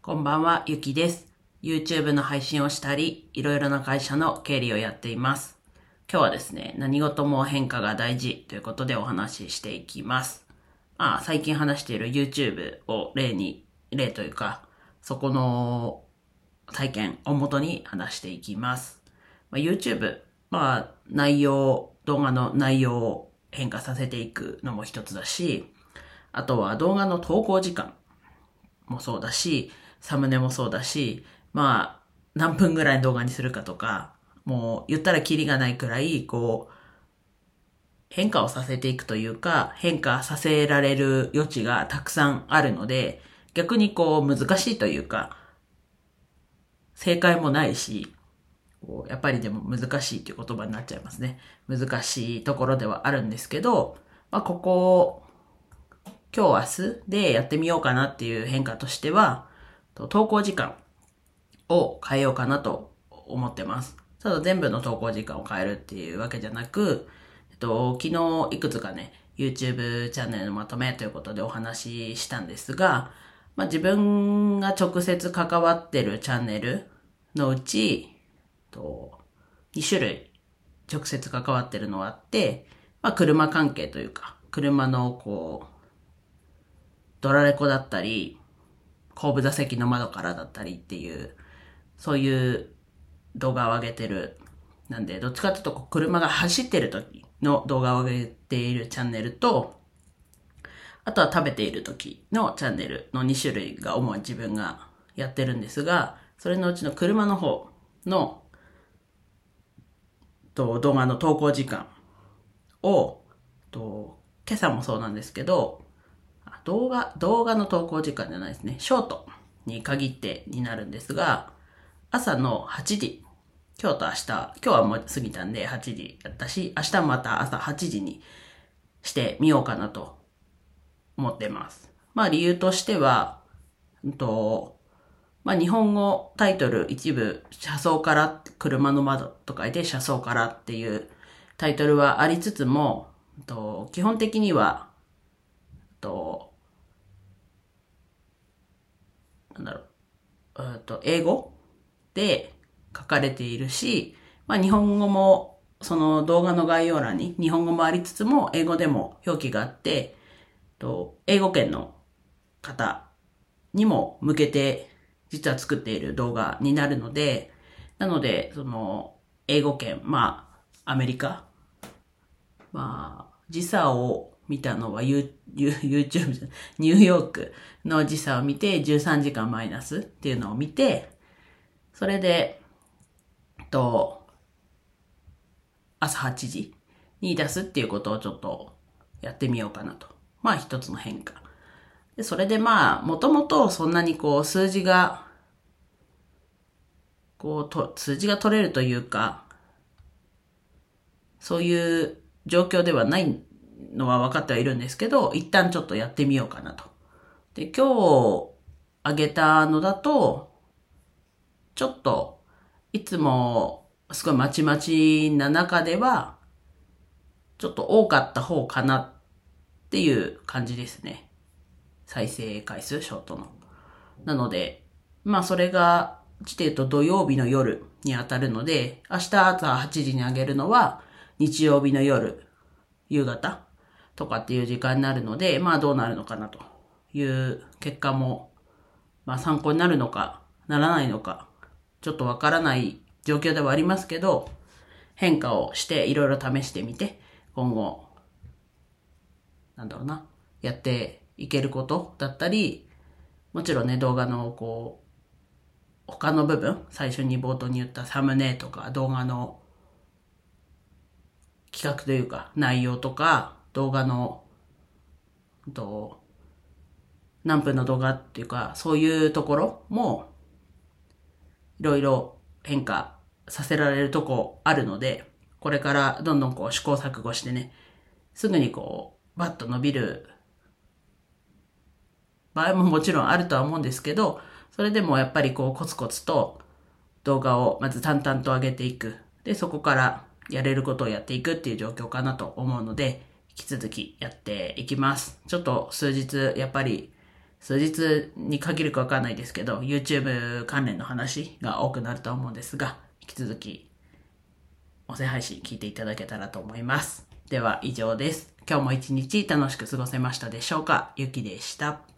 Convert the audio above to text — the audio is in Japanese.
こんばんは、ゆきです。YouTube の配信をしたり、いろいろな会社の経理をやっています。今日はですね、何事も変化が大事ということでお話ししていきます。最近話している YouTube を例というか、そこの体験をもとに話していきます。YouTube、動画の内容を変化させていくのも一つだし、あとは動画の投稿時間もそうだし、サムネもそうだし、何分ぐらいの動画にするかとか、もう言ったらキリがないくらい、変化をさせていくというか、変化させられる余地がたくさんあるので、逆に難しいというか、正解もないし、やっぱりでも難しいという言葉になっちゃいますね。難しいところではあるんですけど、今日明日でやってみようかなっていう変化としては、投稿時間を変えようかなと思ってます。ただ全部の投稿時間を変えるっていうわけじゃなく、昨日いくつかね、YouTube チャンネルのまとめということでお話ししたんですが、自分が直接関わってるチャンネルのうち、2種類直接関わってるのがあって、車関係というか、車のドラレコだったり、後部座席の窓からだったりっていう、そういう動画を上げてる。なんで、どっちかというと車が走ってる時の動画を上げているチャンネルと、あとは食べている時のチャンネルの2種類が主に自分がやってるんですが、それのうちの車の方の動画の投稿時間を、今朝もそうなんですけど、動画の投稿時間じゃないですね。ショートに限ってになるんですが、朝の8時、今日はもう過ぎたんで8時やったし、明日もまた朝8時にしてみようかなと思ってます。理由としては、日本語タイトル一部、車窓から車の窓と書いて車窓からっていうタイトルはありつつも、基本的には、英語で書かれているし、日本語も、その動画の概要欄に日本語もありつつも、英語でも表記があって、英語圏の方にも向けて、実は作っている動画になるので、なので、英語圏、アメリカ、時差を見たのはYouTube じゃない、ニューヨークの時差を見て、13時間マイナスっていうのを見て、それで、朝8時に出すっていうことをちょっとやってみようかなと。一つの変化。で、それでもともとそんなに数字が取れるというか、そういう状況ではないのは分かってはいるんですけど、一旦ちょっとやってみようかなと。で、今日あげたのだと、ちょっと、いつもすごいまちまちな中では、ちょっと多かった方かなっていう感じですね。再生回数、ショートの。なので、それが、言うと土曜日の夜に当たるので、明日朝8時にあげるのは、日曜日の夜、夕方とかっていう時間になるので、どうなるのかなという結果も、参考になるのか、ならないのか、ちょっとわからない状況ではありますけど、変化をしていろいろ試してみて、今後、やっていけることだったり、もちろんね、動画の他の部分、最初に冒頭に言ったサムネとか動画の企画というか内容とか動画の何分の動画っていうかそういうところもいろいろ変化させられるとこあるので、これからどんどん試行錯誤してね、すぐにバッと伸びる場合ももちろんあるとは思うんですけど、それでもやっぱりコツコツと動画をまず淡々と上げていく。で、そこからやれることをやっていくっていう状況かなと思うので、引き続きやっていきます。ちょっと数日、やっぱり数日に限るかわかんないですけど、YouTube 関連の話が多くなると思うんですが、引き続き音声配信聞いていただけたらと思います。では以上です。今日も一日楽しく過ごせましたでしょうか？ゆきでした。